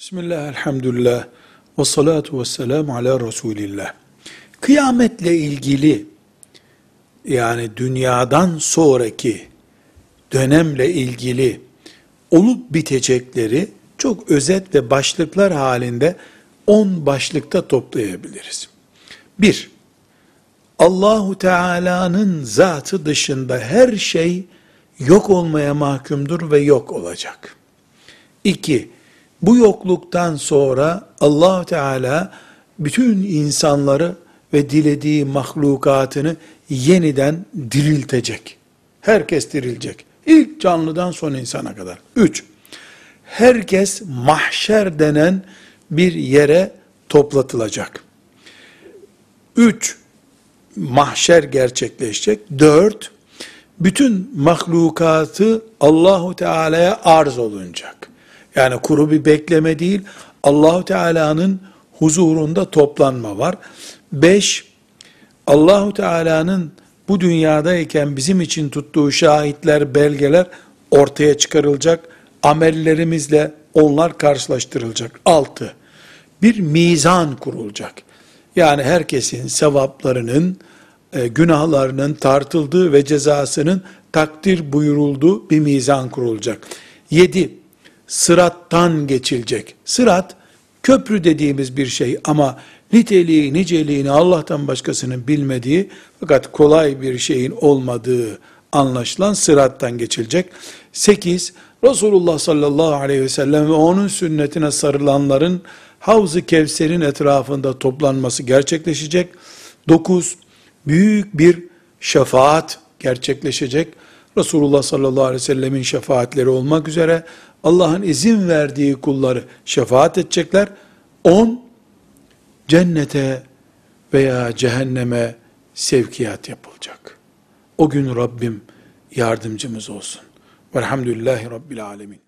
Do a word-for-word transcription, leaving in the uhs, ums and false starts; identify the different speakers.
Speaker 1: Bismillah, elhamdülillah, ve salatu ve selamu ala Resulillah. Kıyametle ilgili, yani dünyadan sonraki dönemle ilgili olup bitecekleri çok özet ve başlıklar halinde on başlıkta toplayabiliriz. Bir, Allahu Teala'nın zatı dışında her şey yok olmaya mahkumdur ve yok olacak. İki, bu yokluktan sonra Allah Teala bütün insanları ve dilediği mahlukatını yeniden diriltecek. Herkes dirilecek. İlk canlıdan son insana kadar. Üç, herkes mahşer denen bir yere toplatılacak. Üç, mahşer gerçekleşecek. Dört, bütün mahlukatı Allahu Teala'ya arz olunacak. Yani kuru bir bekleme değil, Allahu Teala'nın huzurunda toplanma var. Beş, Allahu Teala'nın bu dünyadayken bizim için tuttuğu şahitler, belgeler ortaya çıkarılacak. Amellerimizle onlar karşılaştırılacak. Altı, bir mizan kurulacak. Yani herkesin sevaplarının, e, günahlarının tartıldığı ve cezasının takdir buyurulduğu bir mizan kurulacak. Yedi, sırattan geçilecek. Sırat, köprü dediğimiz bir şey ama niteliği, niceliğini Allah'tan başkasının bilmediği fakat kolay bir şeyin olmadığı anlaşılan sırattan geçilecek. Sekiz, Resulullah sallallahu aleyhi ve sellem ve onun sünnetine sarılanların Havz-ı Kevser'in etrafında toplanması gerçekleşecek. Dokuz, büyük bir şefaat gerçekleşecek. Resulullah sallallahu aleyhi ve sellemin şefaatleri olmak üzere Allah'ın izin verdiği kulları şefaat edecekler. On, cennete veya cehenneme sevkiyat yapılacak. O gün Rabbim yardımcımız olsun. Velhamdülillahi Rabbil alemin.